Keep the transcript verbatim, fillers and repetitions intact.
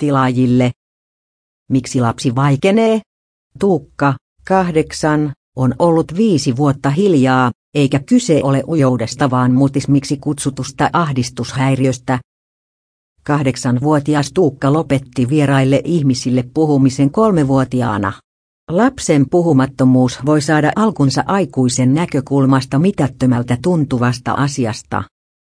tilaajille. Miksi lapsi vaikenee? Tuukka, kahdeksan, on ollut viisi vuotta hiljaa, eikä kyse ole ujoudesta vaan mutismiksi kutsutusta ahdistushäiriöstä. Kahdeksanvuotias Tuukka lopetti vieraille ihmisille puhumisen kolmevuotiaana. Lapsen puhumattomuus voi saada alkunsa aikuisen näkökulmasta mitättömältä tuntuvasta asiasta.